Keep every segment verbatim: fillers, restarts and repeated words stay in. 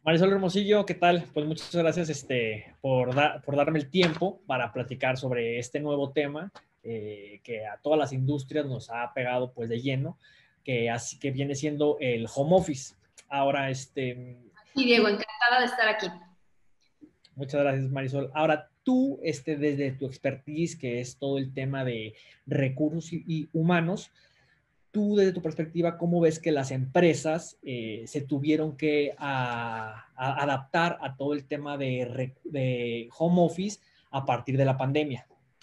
Marisol Hermosillo, ¿qué tal? Pues muchas gracias este, por, da, por darme el tiempo para platicar sobre este nuevo tema eh, que a todas las industrias nos ha pegado pues de lleno, que, así, que viene siendo el home office. Ahora, este... Sí, Diego, encantada de estar aquí. Muchas gracias, Marisol. Ahora, tú, este, desde tu expertise, que es todo el tema de recursos y, y humanos, tú desde tu perspectiva, ¿cómo ves que las empresas eh, se tuvieron que a, a adaptar a todo el tema de, de home office a partir de la pandemia?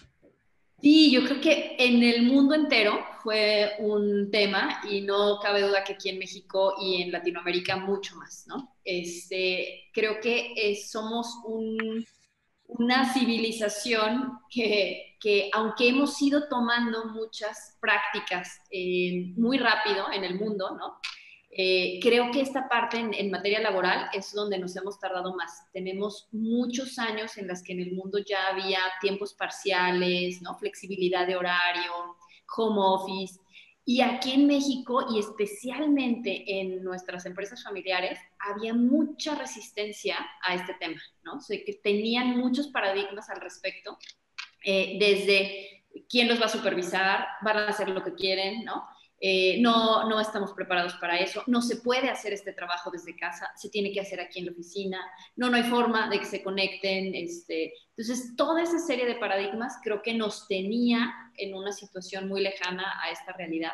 Sí, yo creo que en el mundo entero fue un tema y no cabe duda que aquí en México y en Latinoamérica mucho más, ¿no? Este, creo que eh, somos un, una civilización que, que, aunque hemos ido tomando muchas prácticas eh, muy rápido en el mundo, ¿no? Eh, creo que esta parte en, en materia laboral es donde nos hemos tardado más. Tenemos muchos años en las que en el mundo ya había tiempos parciales, ¿no? Flexibilidad de horario, home office. Y aquí en México, y especialmente en nuestras empresas familiares, había mucha resistencia a este tema, ¿no? O sea, que tenían muchos paradigmas al respecto, eh, desde quién los va a supervisar, van a hacer lo que quieren, ¿no? Eh, no, no estamos preparados para eso, no se puede hacer este trabajo desde casa, se tiene que hacer aquí en la oficina, no, no hay forma de que se conecten. Este, entonces, toda esa serie de paradigmas creo que nos tenía en una situación muy lejana a esta realidad.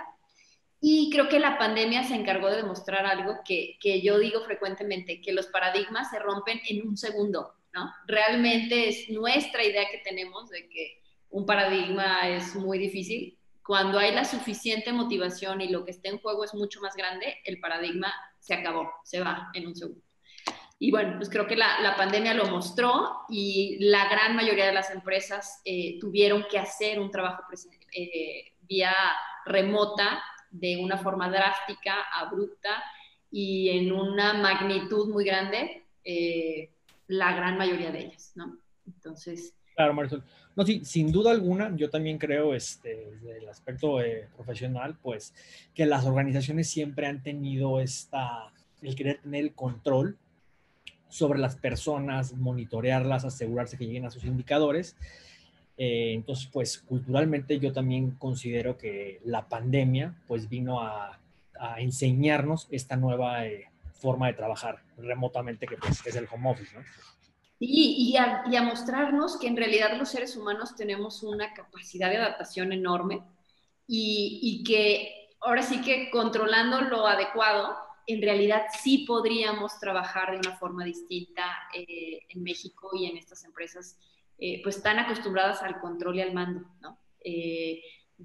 Y creo que la pandemia se encargó de demostrar algo que, que yo digo frecuentemente, que los paradigmas se rompen en un segundo, ¿no? Realmente es nuestra idea que tenemos de que un paradigma es muy difícil. Cuando hay la suficiente motivación y lo que está en juego es mucho más grande, el paradigma se acabó, se va en un segundo. Y bueno, pues creo que la, la pandemia lo mostró y la gran mayoría de las empresas eh, tuvieron que hacer un trabajo eh, vía remota de una forma drástica, abrupta y en una magnitud muy grande, eh, la gran mayoría de ellas, ¿no? Entonces... Claro, Marisol. No, sí, sin duda alguna, yo también creo, este, desde el aspecto eh, profesional, pues, que las organizaciones siempre han tenido esta, el querer tener el control sobre las personas, monitorearlas, asegurarse que lleguen a sus indicadores. Eh, entonces, pues culturalmente yo también considero que la pandemia pues vino a, a enseñarnos esta nueva eh, forma de trabajar remotamente que pues, es el home office, ¿no? Y, y, a, y a mostrarnos que en realidad los seres humanos tenemos una capacidad de adaptación enorme y, y que ahora sí que controlando lo adecuado, en realidad sí podríamos trabajar de una forma distinta eh, en México y en estas empresas eh, pues tan acostumbradas al control y al mando, ¿no? Eh,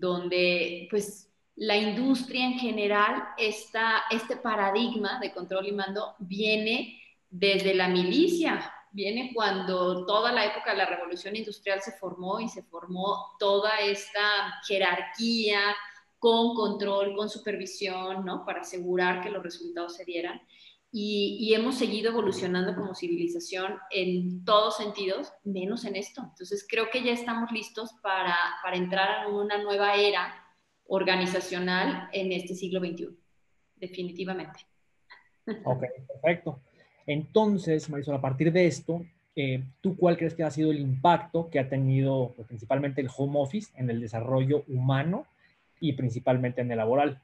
donde pues la industria en general, esta, este paradigma de control y mando viene desde la milicia, viene cuando toda la época de la revolución industrial se formó y se formó toda esta jerarquía con control, con supervisión, ¿no? Para asegurar que los resultados se dieran. Y, y, hemos seguido evolucionando como civilización en todos sentidos, menos en esto. Entonces creo que ya estamos listos para, para entrar en una nueva era organizacional en este siglo veintiuno, definitivamente. Ok, perfecto. Entonces, Marisol, a partir de esto, eh, ¿tú cuál crees que ha sido el impacto que ha tenido pues, principalmente el home office en el desarrollo humano y principalmente en el laboral?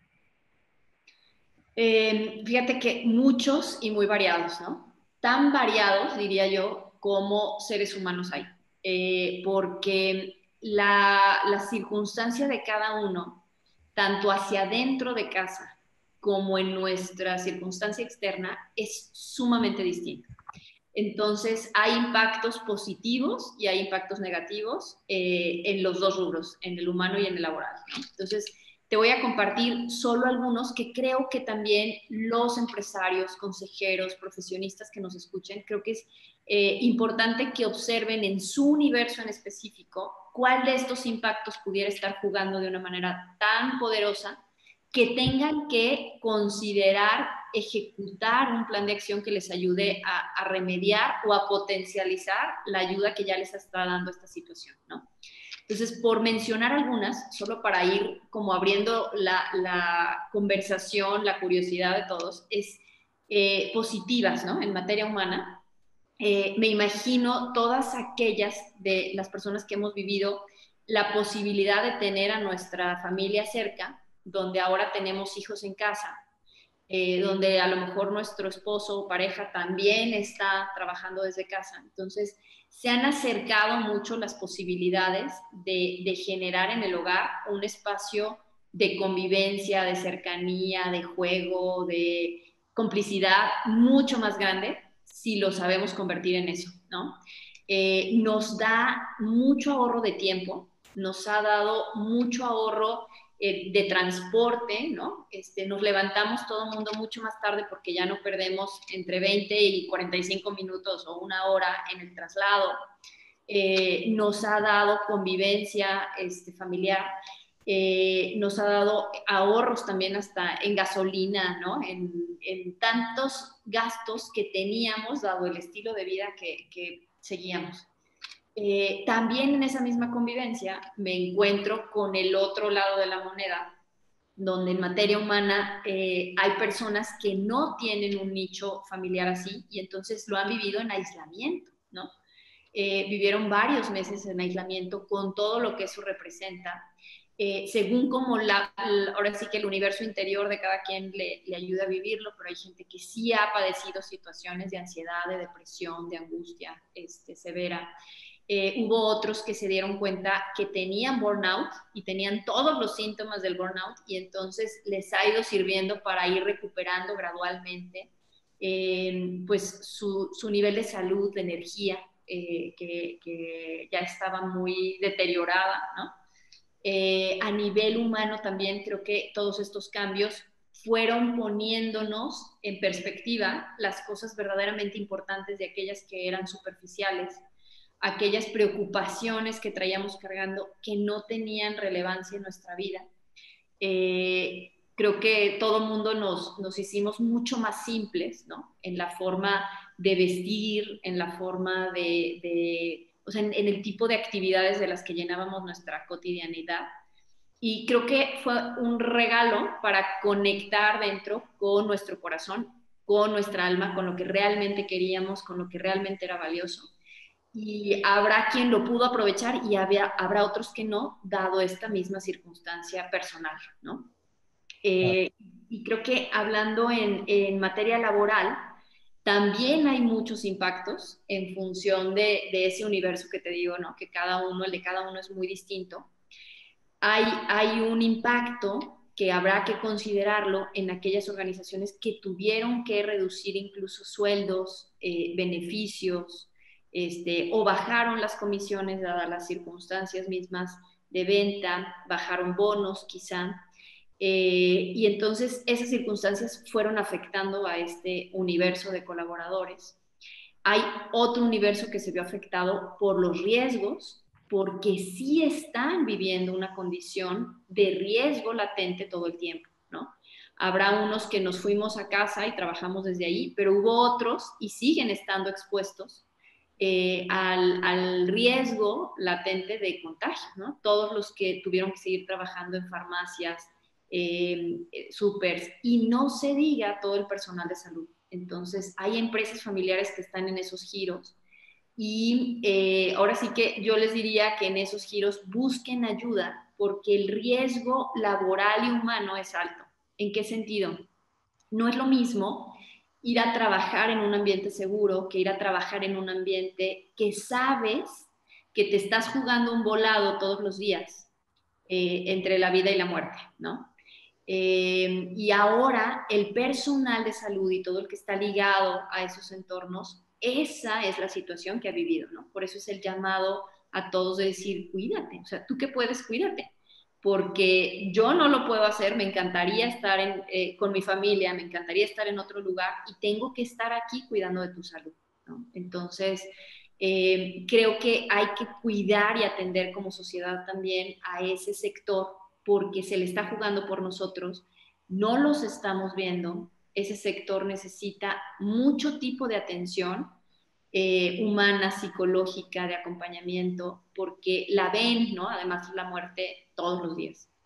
Eh, fíjate que muchos y muy variados, ¿no? Tan variados, diría yo, como seres humanos hay. Eh, porque la, la circunstancia de cada uno, tanto hacia adentro de casa como en nuestra circunstancia externa, es sumamente distinta. Entonces, hay impactos positivos y hay impactos negativos eh, en los dos rubros, en el humano y en el laboral. Entonces, te voy a compartir solo algunos que creo que también los empresarios, consejeros, profesionistas que nos escuchen, creo que es eh, importante que observen en su universo en específico cuál de estos impactos pudiera estar jugando de una manera tan poderosa que tengan que considerar ejecutar un plan de acción que les ayude a, a remediar o a potencializar la ayuda que ya les está dando esta situación, ¿no? Entonces, por mencionar algunas, solo para ir como abriendo la, la conversación, la curiosidad de todos, es eh, positivas, ¿no? En materia humana, eh, me imagino todas aquellas de las personas que hemos vivido la posibilidad de tener a nuestra familia cerca, donde ahora tenemos hijos en casa, eh, donde a lo mejor nuestro esposo o pareja también está trabajando desde casa. Entonces, se han acercado mucho las posibilidades de, de generar en el hogar un espacio de convivencia, de cercanía, de juego, de complicidad mucho más grande si lo sabemos convertir en eso, ¿no? Eh, nos da mucho ahorro de tiempo, nos ha dado mucho ahorro eh, de transporte, ¿no? Este, nos levantamos todo el mundo mucho más tarde porque ya no perdemos entre veinte y cuarenta y cinco minutos o una hora en el traslado. Eh, nos ha dado convivencia este, familiar, eh, nos ha dado ahorros también hasta en gasolina, ¿no? En, en tantos gastos que teníamos dado el estilo de vida que, que seguíamos. Eh, también en esa misma convivencia me encuentro con el otro lado de la moneda, donde en materia humana eh, hay personas que no tienen un nicho familiar así y entonces lo han vivido en aislamiento, ¿no? Eh, vivieron varios meses en aislamiento con todo lo que eso representa. Eh, según como la, la, ahora sí que el universo interior de cada quien le, le ayuda a vivirlo, pero hay gente que sí ha padecido situaciones de ansiedad, de depresión, de angustia este, severa. Eh, hubo otros que se dieron cuenta que tenían burnout y tenían todos los síntomas del burnout y entonces les ha ido sirviendo para ir recuperando gradualmente eh, pues su, su nivel de salud, de energía, eh, que, que ya estaba muy deteriorada, ¿no? Eh, a nivel humano también creo que todos estos cambios fueron poniéndonos en perspectiva las cosas verdaderamente importantes de aquellas que eran superficiales, aquellas preocupaciones que traíamos cargando que no tenían relevancia en nuestra vida. Eh, creo que todo el mundo nos, nos hicimos mucho más simples, ¿no? En la forma de vestir, en la forma de, de o sea, en, en el tipo de actividades de las que llenábamos nuestra cotidianidad. Y creo que fue un regalo para conectar dentro con nuestro corazón, con nuestra alma, con lo que realmente queríamos, con lo que realmente era valioso. Y habrá quien lo pudo aprovechar y había, habrá otros que no, dado esta misma circunstancia personal, ¿no? Eh, y creo que hablando en, en materia laboral, también hay muchos impactos en función de, de ese universo que te digo, ¿no? Que cada uno, el de cada uno es muy distinto. Hay, hay un impacto que habrá que considerarlo en aquellas organizaciones que tuvieron que reducir incluso sueldos, eh, beneficios, este, o bajaron las comisiones dadas las circunstancias mismas de venta, bajaron bonos quizá, eh, y entonces esas circunstancias fueron afectando a este universo de colaboradores. Hay otro universo que se vio afectado por los riesgos, porque sí están viviendo una condición de riesgo latente todo el tiempo, ¿no? Habrá unos que nos fuimos a casa y trabajamos desde ahí, pero hubo otros y siguen estando expuestos eh, al, al, riesgo latente de contagio, ¿no? Todos los que tuvieron que seguir trabajando en farmacias, eh, supers, y no se diga todo el personal de salud. Entonces, hay empresas familiares que están en esos giros y eh, ahora sí que yo les diría que en esos giros busquen ayuda porque el riesgo laboral y humano es alto. ¿En qué sentido? No es lo mismo ir a trabajar en un ambiente seguro que ir a trabajar en un ambiente que sabes que te estás jugando un volado todos los días eh, entre la vida y la muerte, ¿no? Eh, y ahora el personal de salud y todo el que está ligado a esos entornos, esa es la situación que ha vivido, ¿no? Por eso es el llamado a todos de decir, cuídate, o sea, tú que puedes, cuídate, porque yo no lo puedo hacer, me encantaría estar en, eh, con mi familia, me encantaría estar en otro lugar y tengo que estar aquí cuidando de tu salud, ¿no? Entonces, eh, creo que hay que cuidar y atender como sociedad también a ese sector porque se le está jugando por nosotros, no los estamos viendo, ese sector necesita mucho tipo de atención eh, humana, psicológica, de acompañamiento, porque la ven, ¿no? Además de la muerte, todos los días.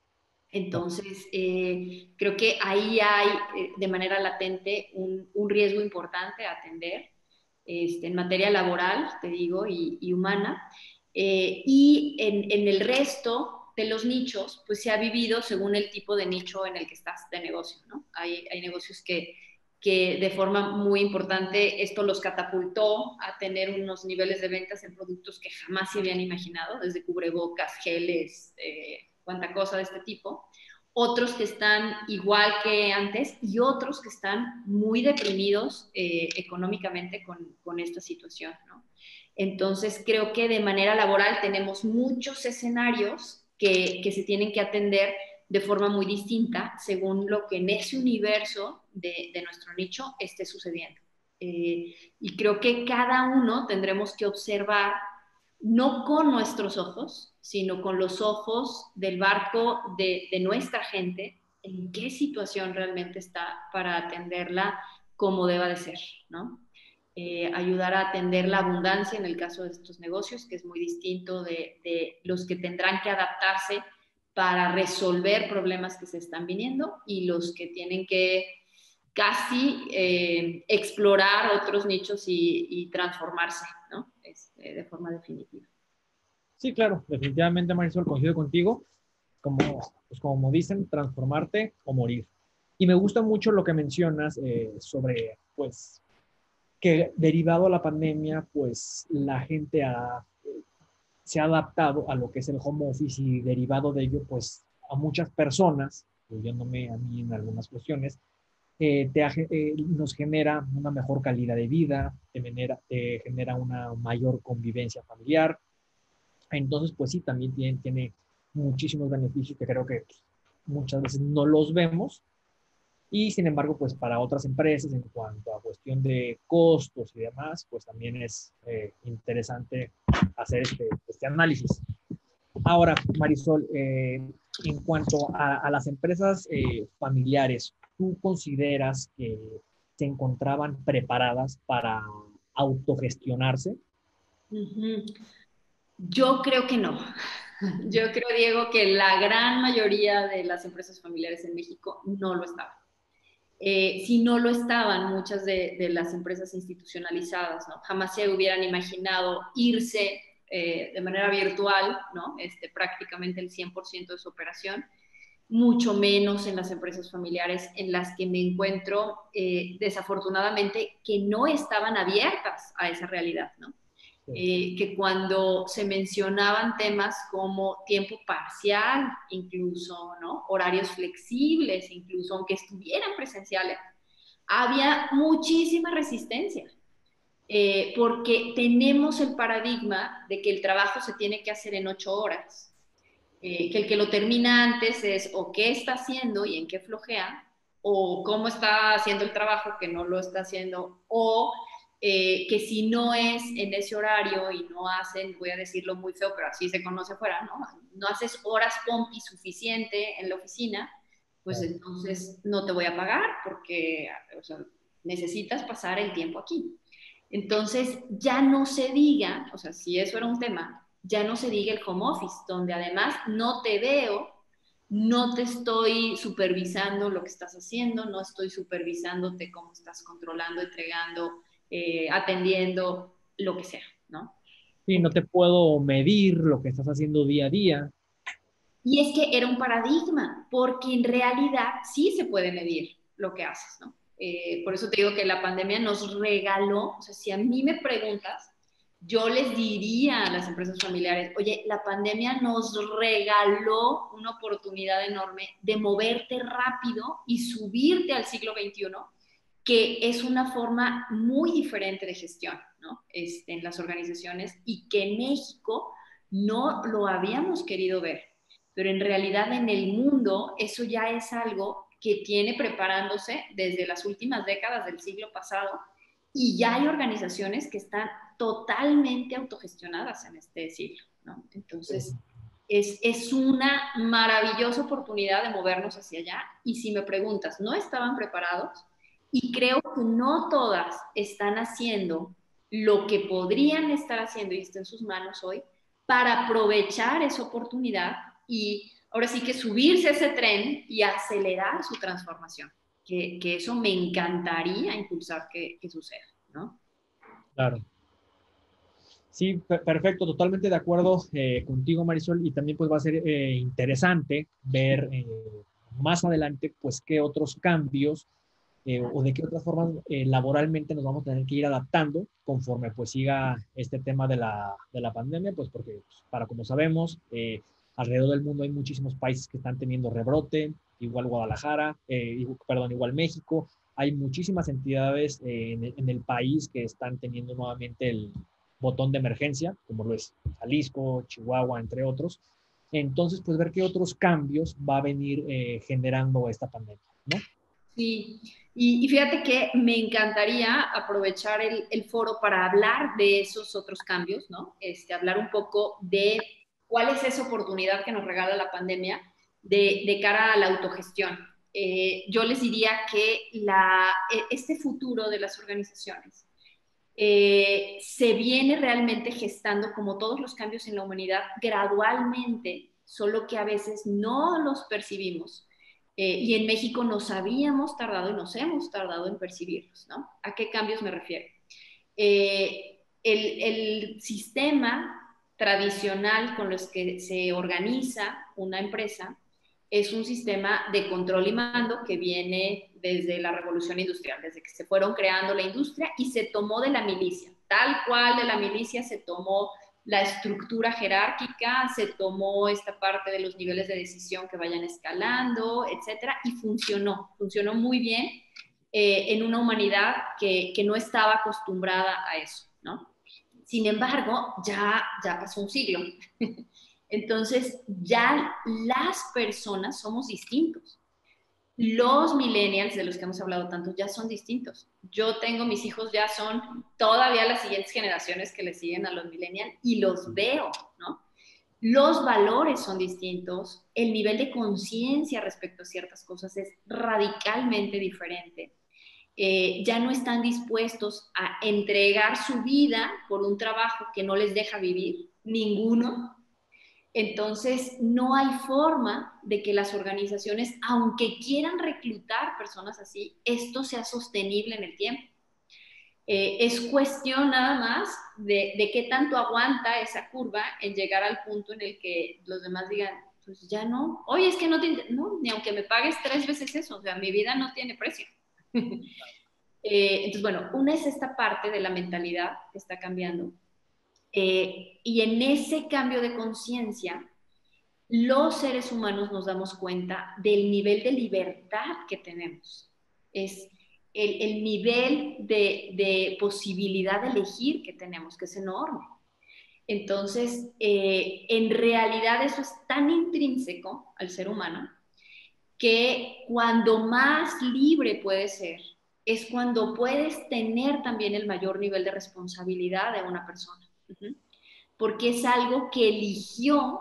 Entonces, eh, creo que ahí hay eh, de manera latente un, un, riesgo importante a atender este, en materia laboral, te digo, y, y humana. Eh, y en, en el resto de los nichos, pues se ha vivido según el tipo de nicho en el que estás de negocio, ¿no? Hay, hay negocios que, que de forma muy importante esto los catapultó a tener unos niveles de ventas en productos que jamás se habían imaginado, desde cubrebocas, geles, eh, cuánta cosa de este tipo. Otros que están igual que antes y otros que están muy deprimidos eh, económicamente con, con esta situación, ¿no? Entonces, creo que de manera laboral tenemos muchos escenarios que, que se tienen que atender de forma muy distinta según lo que en ese universo de, de nuestro nicho esté sucediendo. Eh, y creo que cada uno tendremos que observar, no con nuestros ojos, sino con los ojos del barco de, de nuestra gente, en qué situación realmente está para atenderla como deba de ser, ¿no? Eh, ayudar a atender la abundancia en el caso de estos negocios, que es muy distinto de, de los que tendrán que adaptarse para resolver problemas que se están viniendo y los que tienen que casi eh, explorar otros nichos y, y transformarse, ¿no? Este, de forma definitiva. Sí, claro, definitivamente, Marisol, coincido contigo. Como, pues como dicen, transformarte o morir. Y me gusta mucho lo que mencionas eh, sobre, pues, que derivado a la pandemia, pues, la gente ha, se ha adaptado a lo que es el home office y derivado de ello, pues, a muchas personas, incluyéndome a mí en algunas cuestiones, eh, te, eh, nos genera una mejor calidad de vida, te genera, te genera una mayor convivencia familiar. Entonces, pues sí, también tiene, tiene muchísimos beneficios que creo que muchas veces no los vemos y sin embargo, pues para otras empresas en cuanto a cuestión de costos y demás, pues también es eh, interesante hacer este, este análisis. Ahora, Marisol, eh, en cuanto a, a las empresas eh, familiares, ¿tú consideras que se encontraban preparadas para autogestionarse? Uh-huh. Yo creo que no. Yo creo, Diego, que la gran mayoría de las empresas familiares en México no lo estaban. Eh, si no lo estaban muchas de, de, las empresas institucionalizadas, ¿no? Jamás se hubieran imaginado irse eh, de manera virtual, ¿no? Este, prácticamente el cien por ciento de su operación, mucho menos en las empresas familiares en las que me encuentro, eh, desafortunadamente, que no estaban abiertas a esa realidad, ¿no? Eh, que cuando se mencionaban temas como tiempo parcial, incluso, ¿no? Horarios flexibles, incluso aunque estuvieran presenciales, había muchísima resistencia, eh, porque tenemos el paradigma de que el trabajo se tiene que hacer en ocho horas, eh, que el que lo termina antes es o qué está haciendo y en qué flojea, o cómo está haciendo el trabajo que no lo está haciendo, o eh, que si no es en ese horario y no hacen, voy a decirlo muy feo, pero así se conoce fuera, ¿no? No haces horas pompi suficiente en la oficina, pues entonces no te voy a pagar porque, o sea, necesitas pasar el tiempo aquí. Entonces, ya no se diga, o sea, si eso era un tema, ya no se diga el home office, donde además no te veo, no te estoy supervisando lo que estás haciendo, no estoy supervisándote cómo estás controlando, entregando, eh, atendiendo, lo que sea, ¿no? Sí, no te puedo medir lo que estás haciendo día a día. Y es que era un paradigma, porque en realidad sí se puede medir lo que haces, ¿no? Eh, por eso te digo que la pandemia nos regaló, o sea, si a mí me preguntas, yo les diría a las empresas familiares, oye, la pandemia nos regaló una oportunidad enorme de moverte rápido y subirte al siglo veintiuno, que es una forma muy diferente de gestión, ¿no? Este, en las organizaciones y que en México no lo habíamos querido ver, pero en realidad en el mundo eso ya es algo que tiene preparándose desde las últimas décadas del siglo pasado y ya hay organizaciones que están totalmente autogestionadas en este siglo, ¿no? Entonces, es, es una maravillosa oportunidad de movernos hacia allá y si me preguntas, ¿no estaban preparados? Y creo que no todas están haciendo lo que podrían estar haciendo y está en sus manos hoy para aprovechar esa oportunidad y ahora sí que subirse a ese tren y acelerar su transformación, que, que eso me encantaría impulsar que, que suceda, ¿no? Claro. Sí, per- perfecto, totalmente de acuerdo eh, contigo, Marisol, y también pues va a ser eh, interesante ver eh, más adelante pues qué otros cambios eh, o de qué otras formas eh, laboralmente nos vamos a tener que ir adaptando conforme pues siga este tema de la, de la pandemia, pues porque pues, para como sabemos, eh, alrededor del mundo hay muchísimos países que están teniendo rebrote, igual Guadalajara, eh, igual- perdón, igual México, hay muchísimas entidades eh, en, el, en el país que están teniendo nuevamente el botón de emergencia, como lo es Jalisco, Chihuahua, entre otros. Entonces, pues ver qué otros cambios va a venir eh, generando esta pandemia, ¿no? Sí, y, y fíjate que me encantaría aprovechar el, el foro para hablar de esos otros cambios, ¿no? Este, hablar un poco de cuál es esa oportunidad que nos regala la pandemia de, de cara a la autogestión. Eh, yo les diría que la, e, este futuro de las organizaciones eh, se viene realmente gestando, como todos los cambios en la humanidad, gradualmente, solo que a veces no los percibimos. Eh, y en México nos habíamos tardado y nos hemos tardado en percibirlos, ¿no? ¿A qué cambios me refiero? Eh, el, el sistema tradicional con los que se organiza una empresa es un sistema de control y mando que viene desde la revolución industrial, desde que se fueron creando la industria y se tomó de la milicia, tal cual de la milicia se tomó la estructura jerárquica, se tomó esta parte de los niveles de decisión que vayan escalando, etcétera, y funcionó, funcionó muy bien eh, en una humanidad que, que no estaba acostumbrada a eso, ¿no? Sin embargo, ya, ya pasó un siglo. Entonces, ya las personas somos distintos. Los millennials, de los que hemos hablado tanto, ya son distintos. Yo tengo, mis hijos ya son todavía las siguientes generaciones que le siguen a los millennials y los veo, ¿no? Los valores son distintos, el nivel de conciencia respecto a ciertas cosas es radicalmente diferente. Eh, ya no están dispuestos a entregar su vida por un trabajo que no les deja vivir, ninguno. Entonces, no hay forma de que las organizaciones, aunque quieran reclutar personas así, esto sea sostenible en el tiempo. Eh, es cuestión nada más de, de qué tanto aguanta esa curva en llegar al punto en el que los demás digan, pues ya no, oye, es que no, te, no ni aunque me pagues tres veces eso, o sea, mi vida no tiene precio. eh, entonces, bueno, una es esta parte de la mentalidad que está cambiando. Eh, y en ese cambio de conciencia, los seres humanos nos damos cuenta del nivel de libertad que tenemos. Es el, el nivel de, de, posibilidad de elegir que tenemos, que es enorme. Entonces, eh, en realidad eso es tan intrínseco al ser humano que cuando más libre puedes ser, es cuando puedes tener también el mayor nivel de responsabilidad de una persona. Uh-huh. Porque es algo que eligió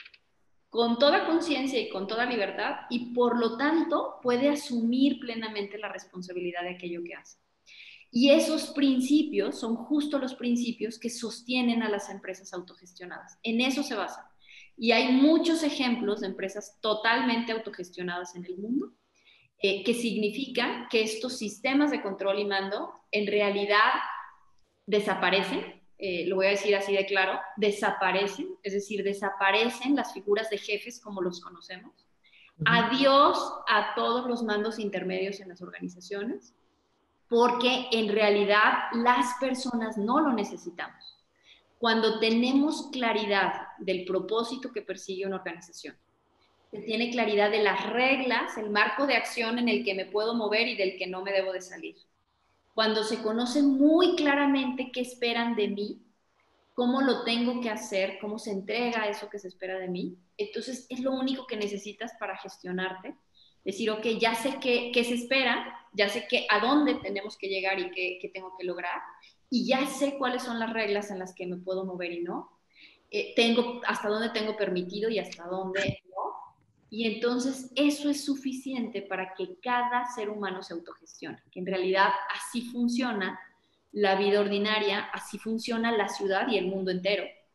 con toda conciencia y con toda libertad y por lo tanto puede asumir plenamente la responsabilidad de aquello que hace. Y esos principios son justo los principios que sostienen a las empresas autogestionadas. En eso se basan. Y hay muchos ejemplos de empresas totalmente autogestionadas en el mundo, eh, que significan que estos sistemas de control y mando en realidad desaparecen. Eh, lo voy a decir así de claro, desaparecen, es decir, desaparecen las figuras de jefes como los conocemos. Uh-huh. Adiós a todos los mandos intermedios en las organizaciones, porque en realidad las personas no lo necesitamos. Cuando tenemos claridad del propósito que persigue una organización, se tiene claridad de las reglas, el marco de acción en el que me puedo mover y del que no me debo de salir. Cuando se conoce muy claramente qué esperan de mí, cómo lo tengo que hacer, cómo se entrega eso que se espera de mí, entonces es lo único que necesitas para gestionarte. Decir, ok, ya sé qué, qué se espera, ya sé qué, a dónde tenemos que llegar y qué, qué tengo que lograr, y ya sé cuáles son las reglas en las que me puedo mover y no. Eh, tengo hasta dónde tengo permitido y hasta dónde no. Y entonces eso es suficiente para que cada ser humano se autogestione, que en realidad así funciona la vida ordinaria, así funciona la ciudad y el mundo entero.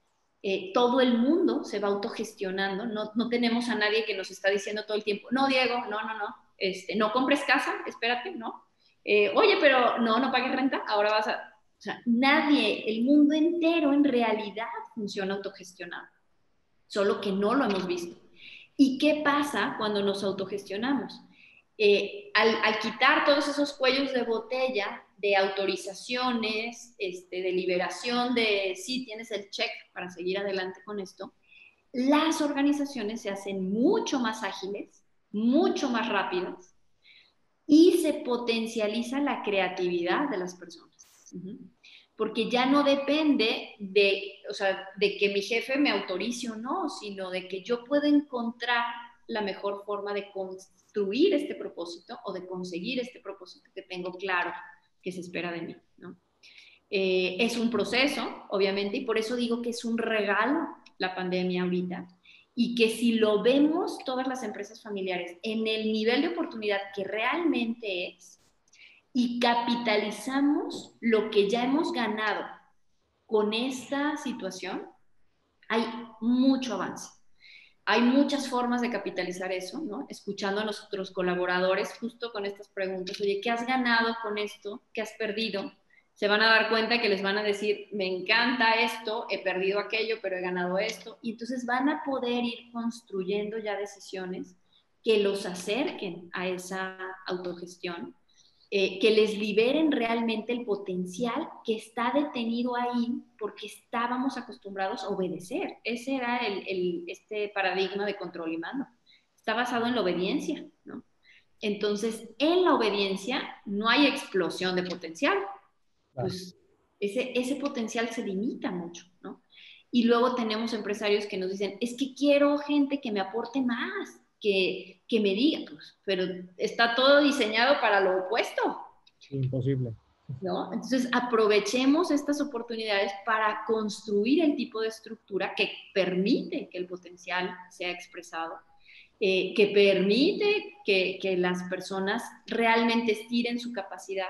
eh, todo el mundo se va autogestionando, no, no tenemos a nadie que nos está diciendo todo el tiempo, no, Diego, no, no, no, este, no compres casa, espérate, ¿no? Eh, Oye, pero no, no pagues renta, ahora vas a... O sea, nadie, el mundo entero en realidad funciona autogestionado, solo que no lo hemos visto. ¿Y qué pasa cuando nos autogestionamos? Eh, al, al, quitar todos esos cuellos de botella de autorizaciones, este, de liberación de sí, tienes el check para seguir adelante con esto, las organizaciones se hacen mucho más ágiles, mucho más rápidas y se potencializa la creatividad de las personas. Uh-huh. Porque ya no depende de, o sea, de que mi jefe me autorice o no, sino de que yo puedo encontrar la mejor forma de construir este propósito o de conseguir este propósito que tengo claro que se espera de mí, ¿no? Eh, es un proceso, obviamente, y por eso digo que es un regalo la pandemia ahorita, y que si lo vemos todas las empresas familiares en el nivel de oportunidad que realmente es, y capitalizamos lo que ya hemos ganado con esta situación, hay mucho avance. Hay muchas formas de capitalizar eso, ¿no? Escuchando a nuestros colaboradores justo con estas preguntas. Oye, ¿qué has ganado con esto? ¿Qué has perdido? Se van a dar cuenta que les van a decir, me encanta esto, he perdido aquello, pero he ganado esto. Y entonces van a poder ir construyendo ya decisiones que los acerquen a esa autogestión, eh, que les liberen realmente el potencial que está detenido ahí porque estábamos acostumbrados a obedecer. Ese era el, el, este paradigma de control y mando. Está basado en la obediencia, ¿no? Entonces, en la obediencia no hay explosión de potencial. Pues ese, ese potencial se limita mucho, ¿no? Y luego tenemos empresarios que nos dicen, es que quiero gente que me aporte más, que, que me diga, pues, pero está todo diseñado para lo opuesto. Imposible. ¿No? Entonces, aprovechemos estas oportunidades para construir el tipo de estructura que permite que el potencial sea expresado, eh, que permite que, que las personas realmente estiren su capacidad,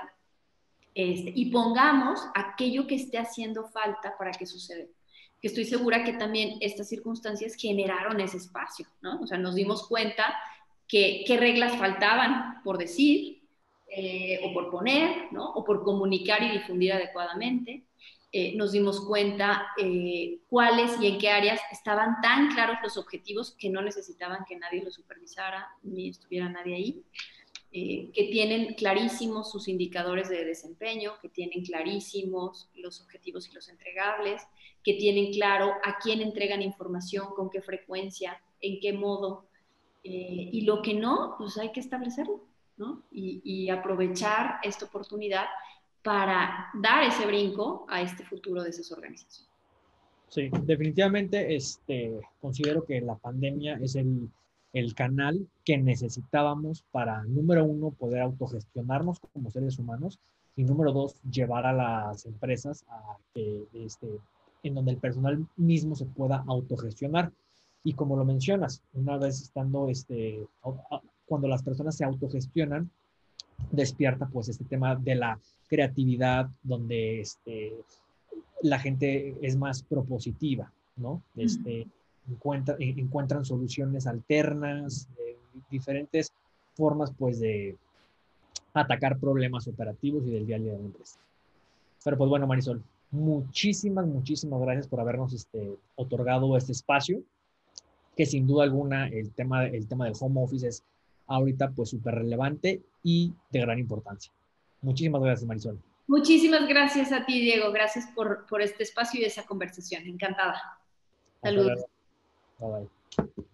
este, y pongamos aquello que esté haciendo falta para que suceda. Que estoy segura que también estas circunstancias generaron ese espacio, ¿no? O sea, nos dimos cuenta que qué reglas faltaban por decir, eh, o por poner, ¿no? O por comunicar y difundir adecuadamente. Eh, nos dimos cuenta eh, cuáles y en qué áreas estaban tan claros los objetivos que no necesitaban que nadie los supervisara ni estuviera nadie ahí. Eh, que tienen clarísimos sus indicadores de desempeño, que tienen clarísimos los objetivos y los entregables, que tienen claro a quién entregan información, con qué frecuencia, en qué modo, eh, y lo que no, pues hay que establecerlo, ¿no? Y, y aprovechar esta oportunidad para dar ese brinco a este futuro de esas organizaciones. Sí, definitivamente este, considero que la pandemia es el, el canal que necesitábamos para, número uno, poder autogestionarnos como seres humanos y, número dos, llevar a las empresas a que, este, en donde el personal mismo se pueda autogestionar. Y como lo mencionas, una vez estando, este, cuando las personas se autogestionan, despierta pues este tema de la creatividad, donde este, la gente es más propositiva, ¿no? Este, encuentra, encuentran soluciones alternas, eh, diferentes formas, pues, de atacar problemas operativos y del día a día de la empresa. Pero, pues, bueno, Marisol, muchísimas, muchísimas gracias por habernos este, otorgado este espacio, que sin duda alguna el tema, el tema del home office es ahorita, pues, súper relevante y de gran importancia. Muchísimas gracias, Marisol. Muchísimas gracias a ti, Diego. Gracias por, por este espacio y esa conversación. Encantada. Hasta Saludos. luego. Bye bye.